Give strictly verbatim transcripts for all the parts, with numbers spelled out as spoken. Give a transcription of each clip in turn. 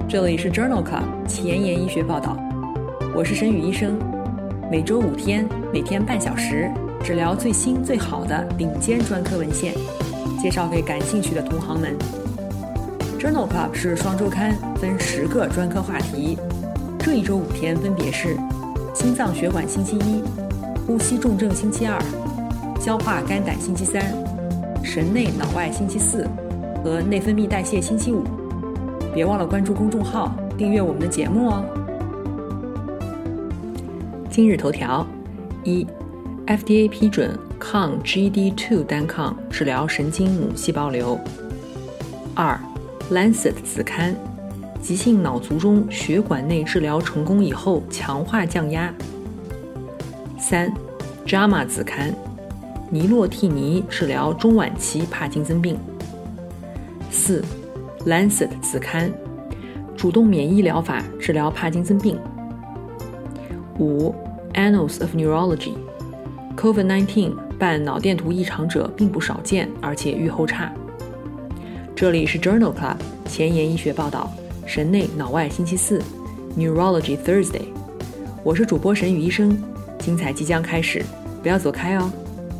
这里是 Journal Club 前沿医学报道，我是沈宇医生，每周五天，每天半小时，治疗最新最好的顶尖专科文献，介绍给感兴趣的同行们。Journal Club 是双周刊，分十个专科话题，这一周五天分别是心脏血管星期一，呼吸重症星期二，消化肝胆星期三，神内脑外星期四和内分泌代谢星期五。别忘了关注公众号，订阅我们的节目哦。今日头条：一 ，F D A 批准抗 G D 二 单抗治疗神经母细胞瘤。二 ，Lancet 子刊，急性脑卒中血管内治疗成功以后强化降压。三 ，J A M A 子刊，尼洛替尼治疗中晚期帕金森病。四Lancet 子刊，主动免疫疗法治疗帕金森病。五 Annals of Neurology， COVID 十九 伴脑电图异常者并不少见，而且预后差。这里是 Journal Club 前沿医学报道，神内脑外星期四 Neurology Thursday， 我是主播沈宇医生，精彩即将开始，不要走开哦。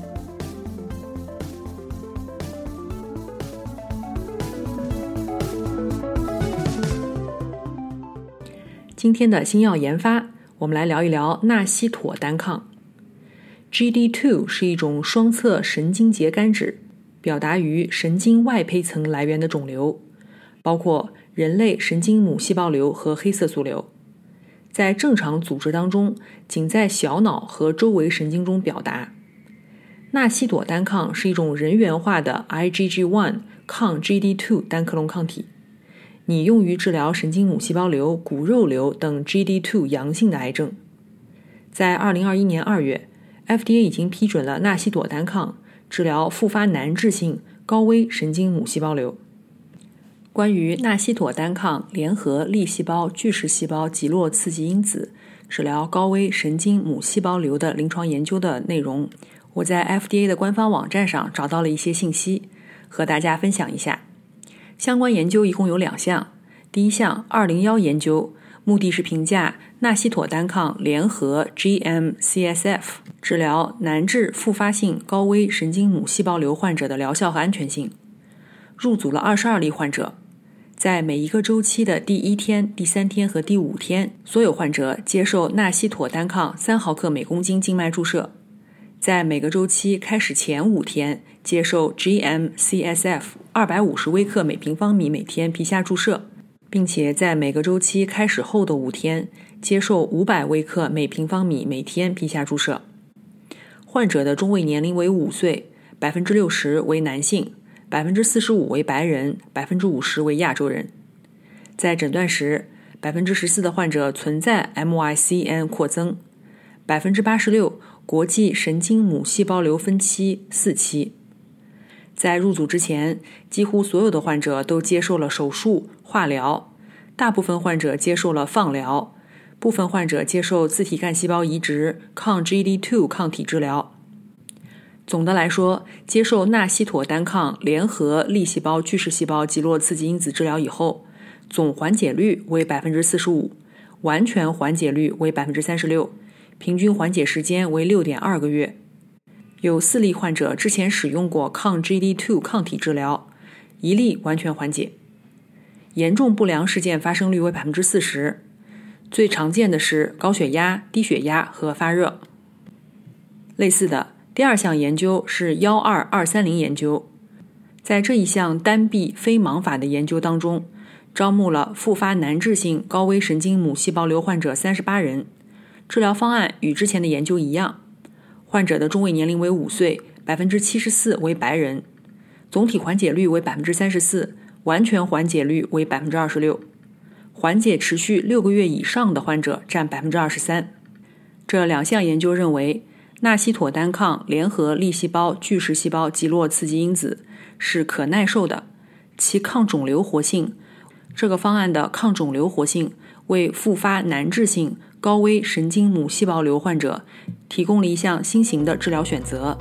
今天的新药研发，我们来聊一聊纳西妥单抗。G D 二 是一种双侧神经节苷脂，表达于神经外胚层来源的肿瘤，包括人类神经母细胞瘤和黑色素瘤。在正常组织当中，仅在小脑和周围神经中表达。纳西妥单抗是一种人源化的 I G G 一 抗 G D 二 单克隆抗体，拟用于治疗神经母细胞瘤、骨肉瘤等 G D 二 阳性的癌症。在二零二一年二月 ，F D A 已经批准了纳西妥单抗治疗复发难治性高危神经母细胞瘤。关于纳西妥单抗联合粒细胞巨噬细胞极络刺激因子治疗高危神经母细胞瘤的临床研究的内容，我在 F D A 的官方网站上找到了一些信息，和大家分享一下。相关研究一共有两项，第一项二零一研究，目的是评价纳西妥单抗联合 G M C S F 治疗难治复发性高危神经母细胞瘤患者的疗效和安全性。入组了二十二例患者，在每一个周期的第一天、第三天和第五天，所有患者接受纳西妥单抗三毫克每公斤静脉注射，在每个周期开始前五天接受 G M C S F 二百五十微克每平方米每天皮下注射，并且在每个周期开始后的五天接受五百微克每平方米每天皮下注射。患者的中位年龄为五岁， 百分之六十 为男性， 百分之四十五 为白人， 百分之五十 为亚洲人。在诊断时 百分之十四 的患者存在 M Y C N 扩增， 百分之八十六 国际神经母细胞瘤分期四期。在入组之前，几乎所有的患者都接受了手术、化疗，大部分患者接受了放疗，部分患者接受自体干细胞移植、抗 G D 二 抗体治疗。总的来说，接受纳西妥单抗联合粒细胞巨噬细胞极络刺激因子治疗以后，总缓解率为 百分之四十五， 完全缓解率为 百分之三十六， 平均缓解时间为 六点二个月。有四例患者之前使用过抗 G D 二 抗体治疗，一例完全缓解。严重不良事件发生率为 百分之四十， 最常见的是高血压、低血压和发热。类似的，第二项研究是一二二三零研究，在这一项单臂非盲法的研究当中，招募了复发难治性高危神经母细胞瘤患者三十八人，治疗方案与之前的研究一样。患者的中位年龄为五岁， 百分之七十四 为白人，总体缓解率为 百分之三十四， 完全缓解率为 百分之二十六， 缓解持续六个月以上的患者占 百分之二十三。 这两项研究认为，纳西妥单抗联合粒细胞巨噬细胞极络刺激因子是可耐受的，其抗肿瘤活性，这个方案的抗肿瘤活性为复发难治性高危神经母细胞瘤患者提供了一项新型的治疗选择。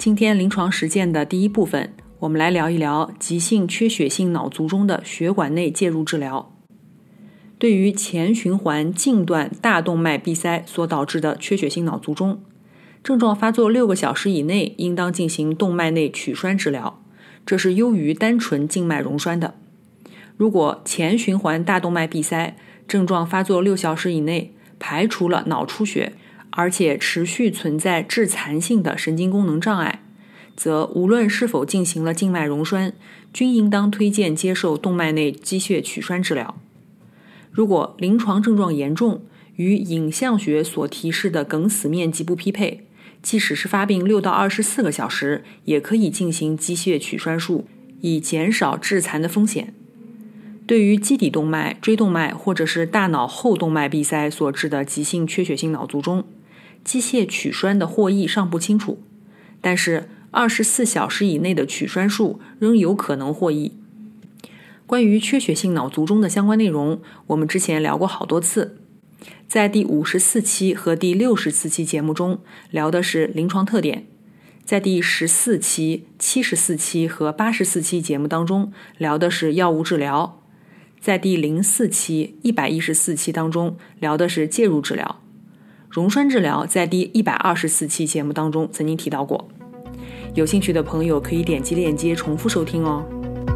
今天临床实践的第一部分，我们来聊一聊急性缺血性脑卒中的血管内介入治疗。对于前循环近段大动脉闭塞所导致的缺血性脑卒中，症状发作六个小时以内应当进行动脉内取栓治疗，这是优于单纯静脉溶栓的。如果前循环大动脉闭塞症状发作六小时以内，排除了脑出血，而且持续存在致残性的神经功能障碍，则无论是否进行了静脉溶栓，均应当推荐接受动脉内机械取栓治疗。如果临床症状严重，与影像学所提示的梗死面积不匹配，即使是发病六到二十四个小时，也可以进行机械取栓术，以减少致残的风险。对于基底动脉、椎动脉或者是大脑后动脉闭塞所致的急性缺血性脑卒中，机械取栓的获益尚不清楚，但是二十四小时以内的取栓术仍有可能获益。关于缺血性脑卒中的相关内容，我们之前聊过好多次。在第五十四期和第六十四期节目中聊的是临床特点，在第十四期、七十四期和八十四期节目当中聊的是药物治疗，在第零四期、一百一十四期当中聊的是介入治疗。溶栓治疗在第一百二十四期节目当中曾经提到过，有兴趣的朋友可以点击链接重复收听哦。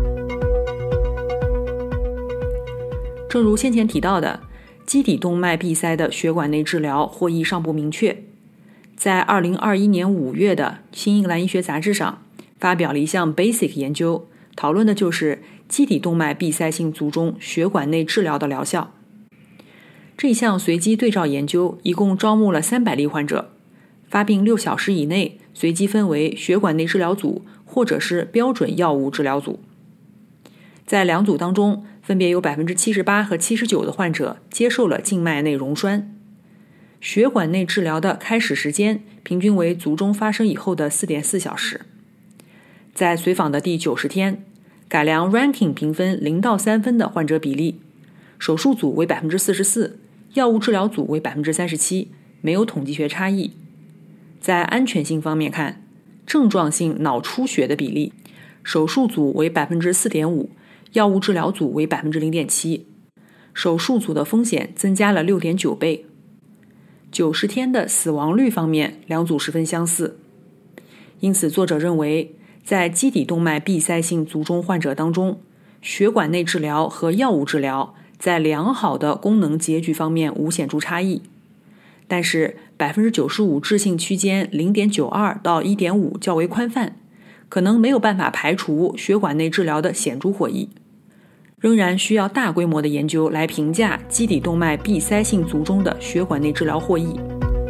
正如先前提到的，基底动脉闭塞的血管内治疗获益尚不明确。在二零二一年五月的新英格兰医学杂志上发表了一项 basic 研究，讨论的就是基底动脉闭塞性卒中血管内治疗的疗效。这一项随机对照研究一共招募了三百例患者，发病六小时以内随机分为血管内治疗组或者是标准药物治疗组。在两组当中，分别有 百分之七十八 和 百分之七十九 的患者接受了静脉内溶栓。血管内治疗的开始时间平均为卒中发生以后的 四点四小时。在随访的第九十天，改良 ranking 评分零到三分的患者比例，手术组为 百分之四十四， 药物治疗组为 百分之三十七， 没有统计学差异。在安全性方面看，症状性脑出血的比例，手术组为 百分之四点五，药物治疗组为 百分之零点七， 手术组的风险增加了 六点九倍。九十天的死亡率方面，两组十分相似。因此作者认为，在基底动脉闭塞性卒中患者当中，血管内治疗和药物治疗在良好的功能结局方面无显著差异，但是 百分之九十五 置信区间 零点九二 到 一点五 较为宽泛，可能没有办法排除血管内治疗的显著获益，仍然需要大规模的研究来评价基底动脉闭塞性卒中的血管内治疗获益。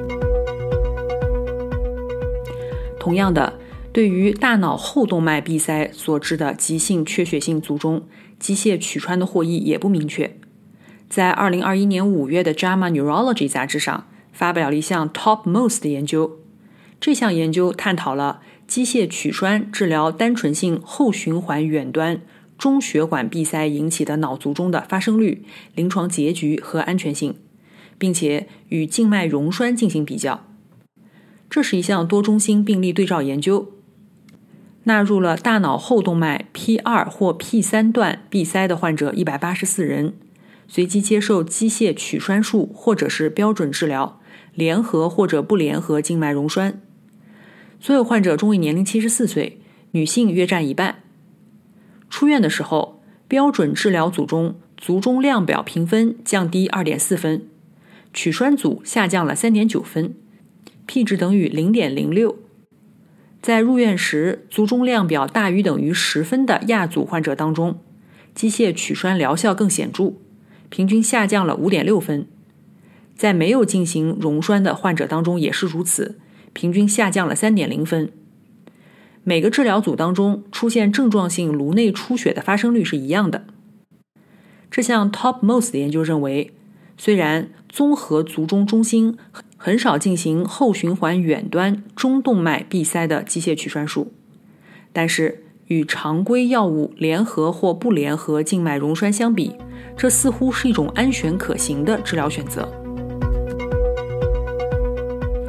同样的，对于大脑后动脉闭塞所致的急性缺血性卒中，机械取栓的获益也不明确。在二零二一年五月的 J A M A Neurology 杂志上发表了一项 Topmost 的研究，这项研究探讨了机械取栓治疗单纯性后循环远端中血管闭塞引起的脑卒中的发生率、临床结局和安全性，并且与静脉溶栓进行比较。这是一项多中心病例对照研究，纳入了大脑后动脉 P 二 或 P 三 段闭塞的患者一百八十四人，随机接受机械取栓术或者是标准治疗，联合或者不联合静脉溶栓。所有患者中位年龄七十四岁，女性约占一半。出院的时候，标准治疗组中卒中量表评分降低 二点四 分，取栓组下降了 三点九 分， P 值等于 零点零六。 在入院时卒中量表大于等于十分的亚组患者当中，机械取栓疗效更显著，平均下降了 五点六 分。在没有进行溶栓的患者当中也是如此，平均下降了 三点零 分。每个治疗组当中出现症状性颅内出血的发生率是一样的。这项 Topmost 的研究认为，虽然综合卒中中心很少进行后循环远端中动脉闭塞的机械取栓术，但是与常规药物联合或不联合静脉溶栓相比，这似乎是一种安全可行的治疗选择。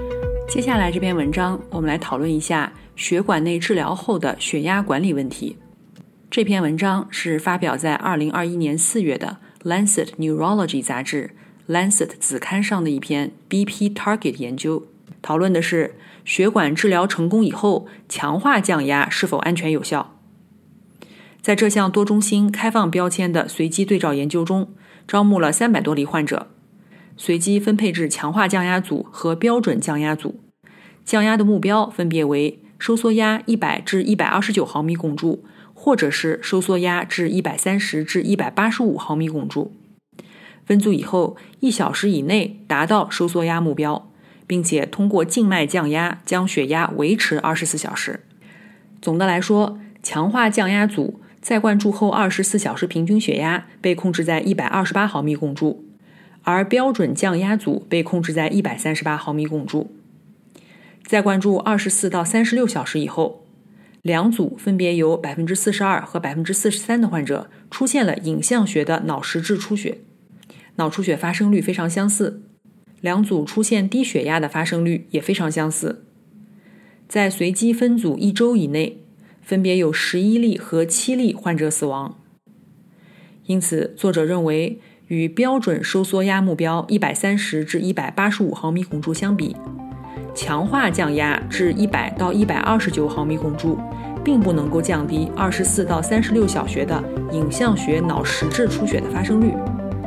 接下来这篇文章，我们来讨论一下血管内治疗后的血压管理问题。这篇文章是发表在二零二一年四月的 Lancet Neurology 杂志 Lancet 子刊上的一篇 B P Target 研究，讨论的是血管治疗成功以后，强化降压是否安全有效。在这项多中心开放标签的随机对照研究中，招募了三百多例患者，随机分配至强化降压组和标准降压组。降压的目标分别为收缩压一百至一百二十九毫米汞柱，或者是收缩压至一百三十至一百八十五毫米汞柱。分组以后，一小时以内达到收缩压目标，并且通过静脉降压将血压维持二十四小时。总的来说，强化降压组在灌注后二十四小时平均血压被控制在一百二十八毫米汞柱，而标准降压组被控制在一百三十八毫米汞柱。在灌注二十四到三十六小时以后，两组分别有 百分之四十二 和 百分之四十三 的患者出现了影像学的脑实质出血，脑出血发生率非常相似，两组出现低血压的发生率也非常相似。在随机分组一周以内，分别有十一例和七例患者死亡。因此，作者认为与标准收缩压目标一百三十至一百八十五毫米汞柱相比，强化降压至一百到一百二十九毫米汞柱并不能够降低二十四到三十六小时的影像学脑实质出血的发生率。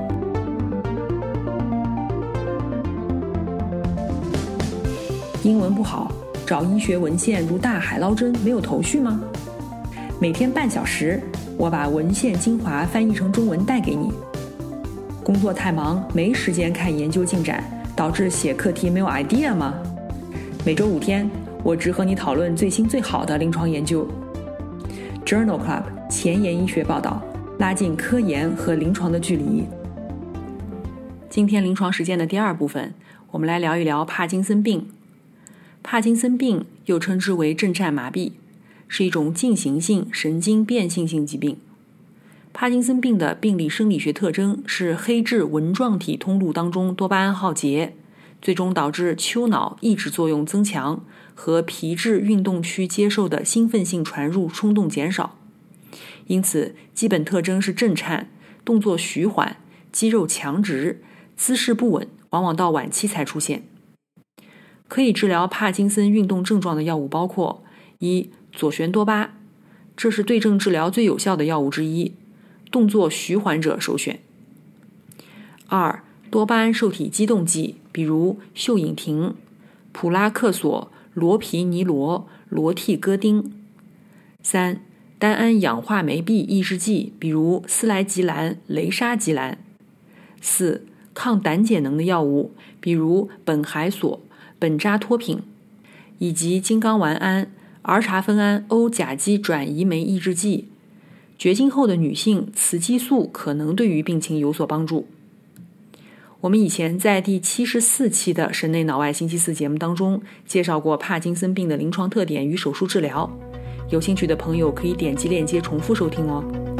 英文不好，找医学文献如大海捞针，没有头绪吗？每天半小时，我把文献精华翻译成中文带给你。工作太忙，没时间看研究进展，导致写课题没有 idea 吗？每周五天，我只和你讨论最新最好的临床研究。Journal Club 前沿医学报道，拉近科研和临床的距离。今天临床实践的第二部分，我们来聊一聊帕金森病。帕金森病又称之为震颤麻痹，是一种进行性神经变性性疾病。帕金森病的病理生理学特征是黑质纹状体通路当中多巴胺耗竭，最终导致丘脑抑制作用增强和皮质运动区接受的兴奋性传入冲动减少。因此，基本特征是震颤、动作徐缓、肌肉强直、姿势不稳，往往到晚期才出现。可以治疗帕金森运动症状的药物包括：一、左旋多巴，这是对症治疗最有效的药物之一，动作徐缓者首选。二、多巴胺受体激动剂，比如溴隐婷、普拉克索、罗皮尼罗、罗替戈丁。三、单胺氧化酶 B 抑制剂，比如司来吉兰、雷沙吉兰。四、抗胆碱能的药物，比如苯海索、苯扎托品，以及金刚烷胺、儿茶酚胺 O 甲基转移酶抑制剂。绝经后的女性，雌激素可能对于病情有所帮助。我们以前在第七十四期的神内脑外星期四节目当中介绍过帕金森病的临床特点与手术治疗，有兴趣的朋友可以点击链接重复收听哦。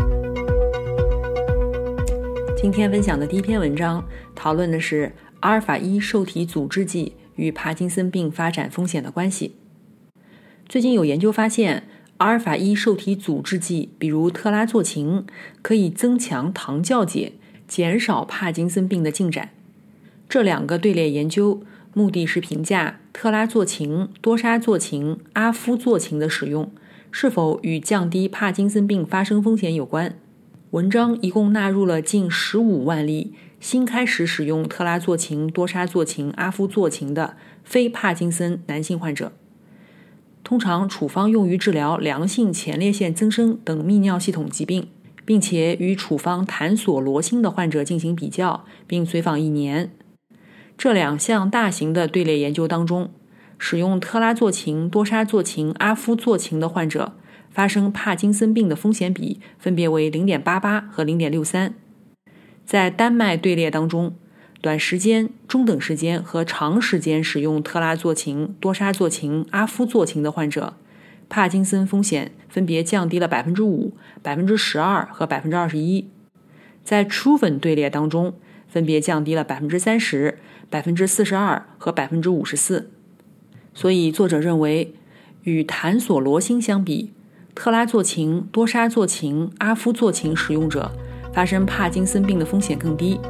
今天分享的第一篇文章讨论的是阿尔法一受体阻滞剂与帕金森病发展风险的关系。最近有研究发现，阿尔法一受体阻滞剂，比如特拉唑嗪，可以增强糖酵解，减少帕金森病的进展。这两个队列研究目的是评价特拉唑嗪、多沙唑嗪、阿夫唑嗪的使用是否与降低帕金森病发生风险有关。文章一共纳入了近十五万例新开始使用特拉唑嗪、多沙唑嗪、阿夫唑嗪的非帕金森男性患者。通常处方用于治疗良性前列腺增生等泌尿系统疾病，并且与处方坦索罗辛的患者进行比较，并随访一年。这两项大型的队列研究当中，使用特拉唑嗪、多沙唑嗪、阿夫唑嗪的患者发生帕金森病的风险比分别为 零点八八 和 零点六三。在丹麦队列当中，短时间、中等时间和长时间使用特拉唑嗪、多沙唑嗪、阿夫唑嗪的患者，帕金森风险分别降低了 百分之五、百分之十二 和 百分之二十一。在 Truven 队列当中，分别降低了 百分之三十、百分之四十二 和 百分之五十四。 所以作者认为，与坦索罗辛相比，特拉唑嗪、多沙唑嗪、阿夫唑嗪使用者发生帕金森病的风险更低。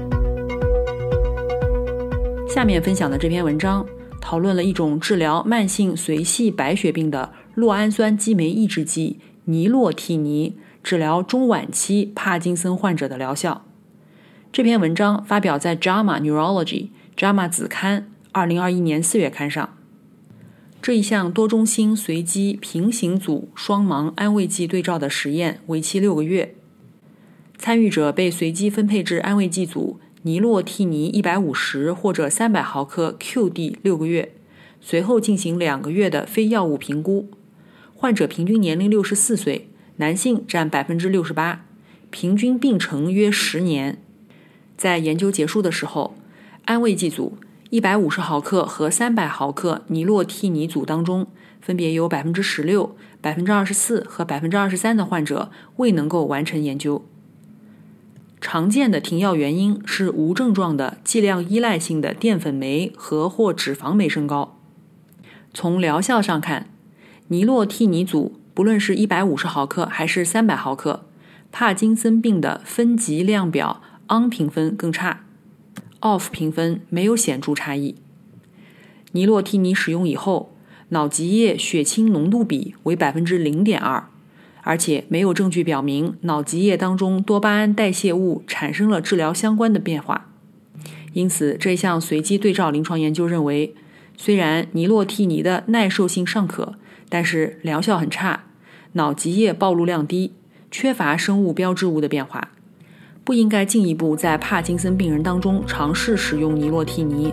下面分享的这篇文章讨论了一种治疗慢性髓系白血病的酪氨酸激酶抑制剂尼洛替尼治疗中晚期帕金森患者的疗效。这篇文章发表在 J A M A Neurology J A M A 子刊二零二一年四月刊上。这一项多中心随机平行组双盲安慰剂对照的实验为期六个月，参与者被随机分配至安慰剂组尼洛替尼一百五十或者三百毫克 Q D 六个月，随后进行两个月的非药物评估。患者平均年龄六十四岁，男性占 百分之六十八， 平均病程约十年。在研究结束的时候，安慰剂组一百五十毫克和三百毫克尼洛替尼组当中，分别有 百分之十六、百分之二十四 和 百分之二十三 的患者未能够完成研究。常见的停药原因是无症状的剂量依赖性的淀粉酶和或脂肪酶升高。从疗效上看，尼洛替尼组不论是一百五十毫克还是三百毫克，帕金森病的分级量表 O N 评分更差， O F F 评分没有显著差异。尼洛替尼使用以后，脑脊液血清浓度比为 百分之零点二，而且没有证据表明脑脊液当中多巴胺代谢物产生了治疗相关的变化。因此，这项随机对照临床研究认为，虽然尼洛替尼的耐受性尚可，但是疗效很差，脑脊液暴露量低，缺乏生物标志物的变化，不应该进一步在帕金森病人当中尝试使用尼洛替尼。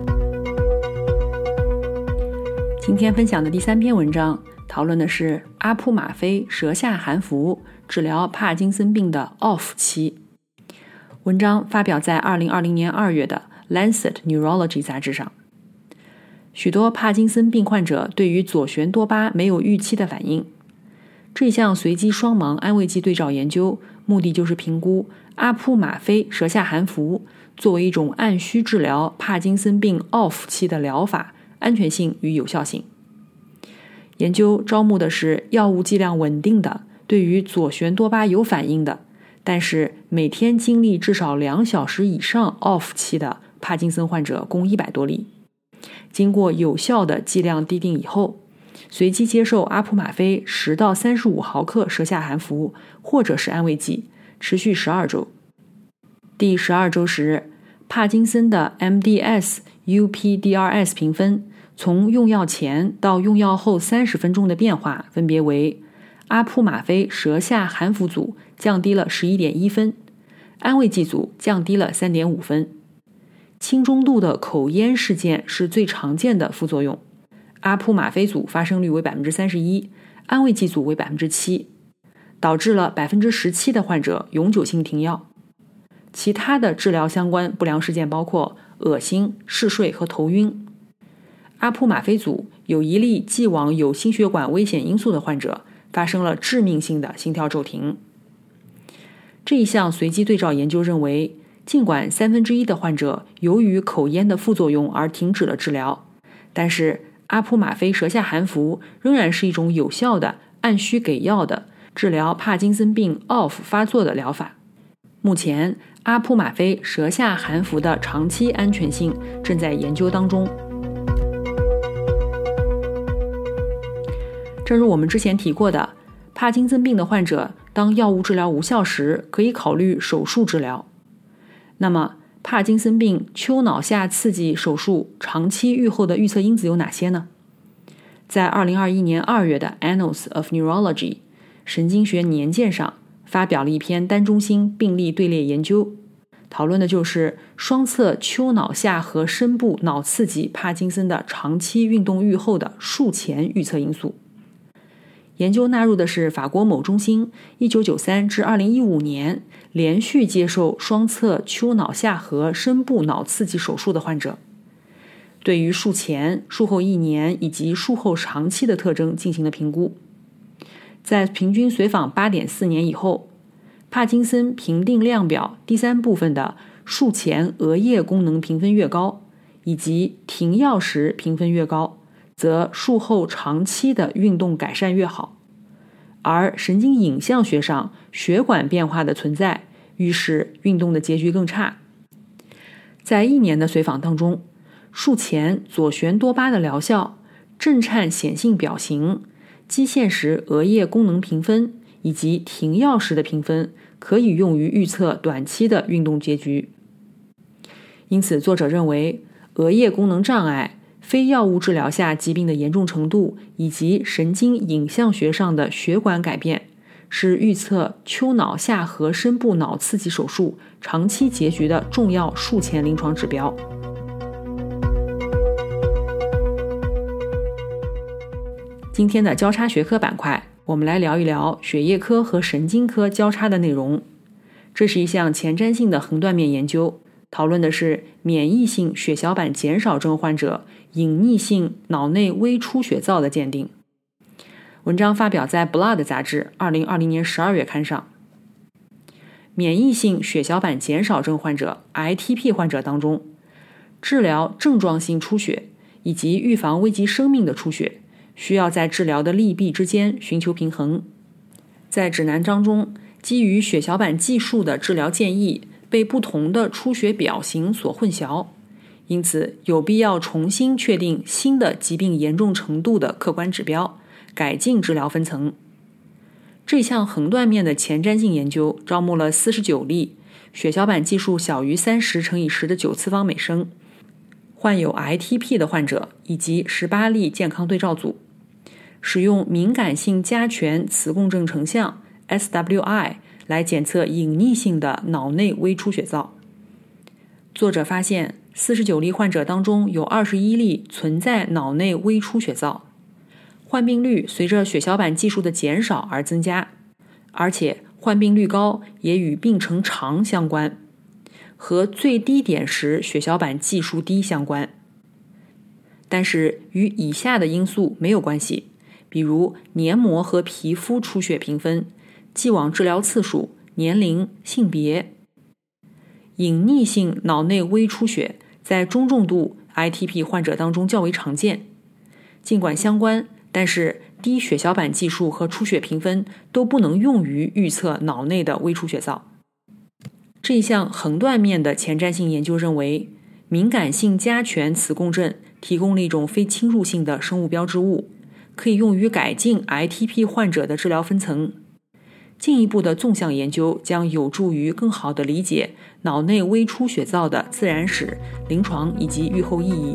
今天分享的第三篇文章讨论的是阿扑吗啡舌下含服治疗帕金森病的 O F F 期。文章发表在二零二零年二月的 Lancet Neurology 杂志上。许多帕金森病患者对于左旋多巴没有预期的反应。这项随机双盲安慰剂对照研究目的就是评估阿扑吗啡舌下含服作为一种按需治疗帕金森病 O F F 期的疗法安全性与有效性。研究招募的是药物剂量稳定的，对于左旋多巴有反应的，但是每天经历至少两小时以上 O F F 期的帕金森患者共一百多例。经过有效的剂量滴定以后，随机接受阿扑吗啡十到三十五毫克舌下含服或者是安慰剂，持续十二周。第十二周时，帕金森的 M D S、U P D R S 评分从用药前到用药后三十分钟的变化分别为：阿扑吗啡舌下含服组降低了 十一点一 分，安慰剂组降低了 三点五 分。轻中度的口咽事件是最常见的副作用，阿扑吗啡组发生率为 百分之三十一， 安慰剂组为 百分之七， 导致了 百分之十七 的患者永久性停药。其他的治疗相关不良事件包括恶心、嗜睡和头晕。阿扑吗啡组有一例既往有心血管危险因素的患者发生了致命性的心跳骤停。这一项随机对照研究认为，尽管三分之一的患者由于口咽的副作用而停止了治疗，但是阿扑吗啡舌下含服仍然是一种有效的按需给药的治疗帕金森病 O F F 发作的疗法。目前阿扑吗啡舌下含服的长期安全性正在研究当中。正如我们之前提过的，帕金森病的患者当药物治疗无效时，可以考虑手术治疗。那么帕金森病丘脑下刺激手术长期预后的预测因子有哪些呢？在二零二一年二月的 Annals of Neurology 神经学年鉴上发表了一篇单中心病例队列研究，讨论的就是双侧丘脑下和深部脑刺激帕金森的长期运动预后的术前预测因素。研究纳入的是法国某中心一九九三至二零一五年连续接受双侧丘脑下颌深部脑刺激手术的患者，对于术前、术后一年以及术后长期的特征进行了评估。在平均随访 八点四 年以后，帕金森评定量表第三部分的术前额叶功能评分越高，以及停药时评分越高， 则术后长期的运动改善越好。而神经影像学上，血管变化的存在预示运动的结局更差。在一年的随访当中，术前左旋多巴的疗效、震颤显性表型、基线时额叶功能评分以及停药时的评分可以用于预测短期的运动结局。因此，作者认为额叶功能障碍、非药物治疗下疾病的严重程度以及神经影像学上的血管改变是预测丘脑下颌深部脑刺激手术长期结局的重要术前临床指标。今天的交叉学科板块，我们来聊一聊血液科和神经科交叉的内容。这是一项前瞻性的横断面研究，讨论的是免疫性血小板减少症患者隐匿性脑内微出血灶的鉴定。文章发表在 Blood 杂志二零二零年十二月刊上。免疫性血小板减少症患者 I T P 患者当中，治疗症状性出血以及预防危及生命的出血需要在治疗的利弊之间寻求平衡。在指南章中，基于血小板计数的治疗建议被不同的出血表型所混淆，因此有必要重新确定新的疾病严重程度的客观指标，改进治疗分层。这项横断面的前瞻性研究招募了四十九例血小板计数小于三十乘以十的九次方每升患有 I T P 的患者以及十八例健康对照组，使用敏感性加权磁共振成像 S W I 来检测隐匿性的脑内微出血灶。作者发现四十九例患者当中有二十一例存在脑内微出血灶，患病率随着血小板计数的减少而增加，而且患病率高也与病程长相关，和最低点时血小板计数低相关。但是与以下的因素没有关系，比如黏膜和皮肤出血评分、既往治疗次数、年龄、性别。隐匿性脑内微出血在中重度 I T P 患者当中较为常见，尽管相关，但是低血小板计数和出血评分都不能用于预测脑内的微出血灶。这一项横断面的前瞻性研究认为，敏感性加权磁共振提供了一种非侵入性的生物标志物，可以用于改进 I T P 患者的治疗分层。进一步的纵向研究将有助于更好地理解脑内微出血灶的自然史、临床以及预后意义。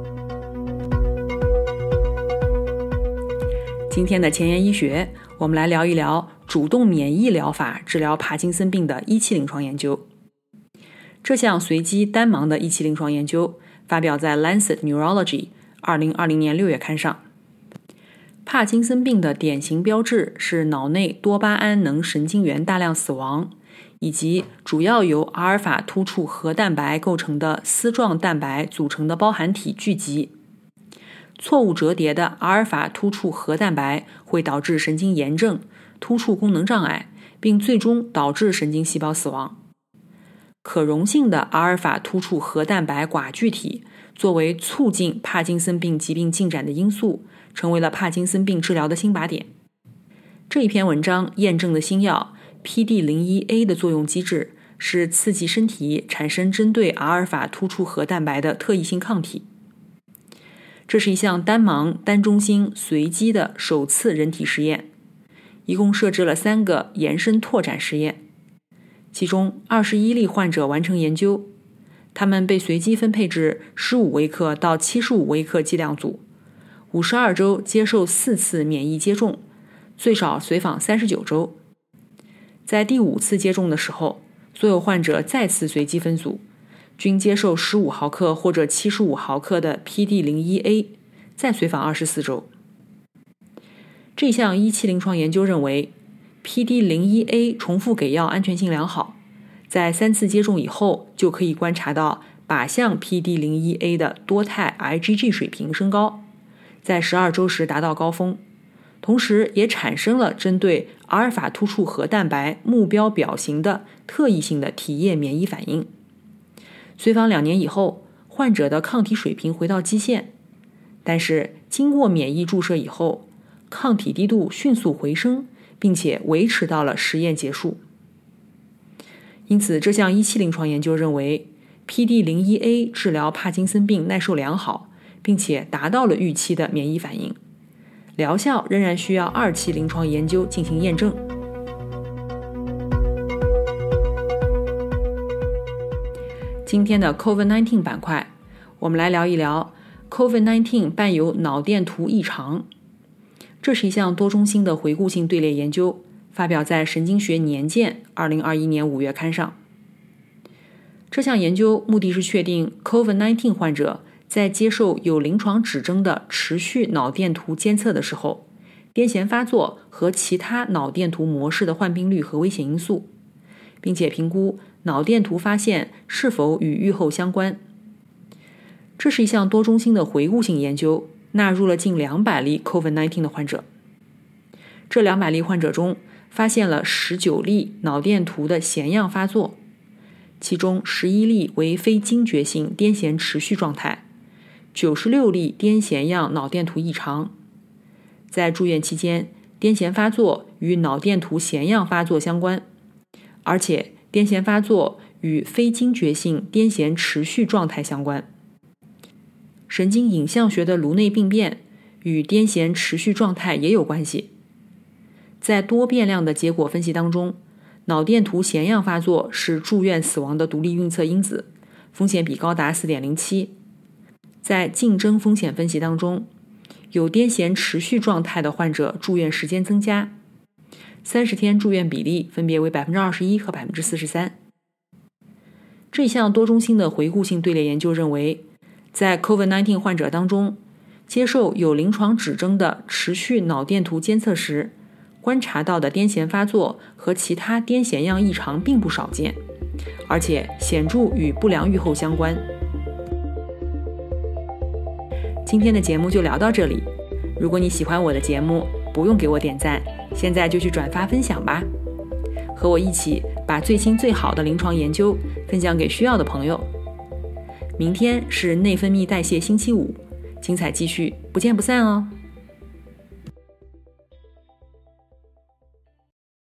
今天的前沿医学，我们来聊一聊主动免疫疗法治疗帕金森病的一期临床研究。这项随机单盲的一期临床研究发表在 Lancet Neurology 二零二零年六月刊上。帕金森病的典型标志是脑内多巴胺能神经元大量死亡，以及主要由阿尔法突触核蛋白构成的丝状蛋白组成的包含体聚集。错误折叠的阿尔法突触核蛋白会导致神经炎症、突触功能障碍，并最终导致神经细胞死亡。可溶性的阿尔法突触核蛋白寡聚体作为促进帕金森病疾病进展的因素，成为了帕金森病治疗的新靶点。这一篇文章验证的新药 P D 零一 A 的作用机制是刺激身体产生针对阿尔法突触核蛋白的特异性抗体。这是一项单盲、单中心、随机的首次人体实验，一共设置了三个延伸拓展实验，其中二十一例患者完成研究，他们被随机分配至十五微克到七十五微克剂量组，五十二周接受四次免疫接种，最少随访三十九周。在第五次接种的时候，所有患者再次随机分组，均接受十五毫克或者七十五毫克的 P D 零一 A， 再随访二十四周。这项一期临床研究认为 P D 零一 A 重复给药安全性良好，在三次接种以后就可以观察到靶向 P D 零一 A 的多肽 I G G 水平升高，在十二周时达到高峰，同时也产生了针对阿尔法突触核蛋白目标表型的特异性的体液免疫反应。随访两年以后，患者的抗体水平回到基线，但是经过免疫注射以后，抗体滴度迅速回升，并且维持到了实验结束。因此，这项一期临床研究认为 P D 零一 A 治疗帕金森病耐受良好，并且达到了预期的免疫反应。疗效仍然需要二期临床研究进行验证。今天的 COVID 十九 板块，我们来聊一聊 COVID 十九 伴有脑电图异常。这是一项多中心的回顾性队列研究，发表在《神经学年鉴》二零二一年五月刊上。这项研究目的是确定 COVID 十九 患者在接受有临床指征的持续脑电图监测的时候，癫痫发作和其他脑电图模式的患病率和危险因素，并且评估脑电图发现是否与预后相关。这是一项多中心的回顾性研究，纳入了近两百例 COVID 十九 的患者。这两百例患者中，发现了十九例脑电图的弦样发作，其中十一例为非惊觉性癫痫持续状态，九十六例癫痫样脑电图异常。在住院期间，癫痫发作与脑电图弦样发作相关，而且癫痫发作与非惊觉性癫痫持续状态相关。神经影像学的颅内病变与癫痫持续状态也有关系。在多变量的结果分析当中，脑电图弦样发作是住院死亡的独立预测因子，风险比高达 四点零七。在竞争风险分析当中，有癫痫持续状态的患者住院时间增加，三十天住院比例分别为 百分之二十一 和 百分之四十三。这项多中心的回顾性队列研究认为，在 COVID 十九 患者当中，接受有临床指征的持续脑电图监测时，观察到的癫痫发作和其他癫痫样异常并不少见，而且显著与不良预后相关。今天的节目就聊到这里，如果你喜欢我的节目，不用给我点赞，现在就去转发分享吧，和我一起把最新最好的临床研究分享给需要的朋友。明天是内分泌代谢星期五，精彩继续，不见不散哦。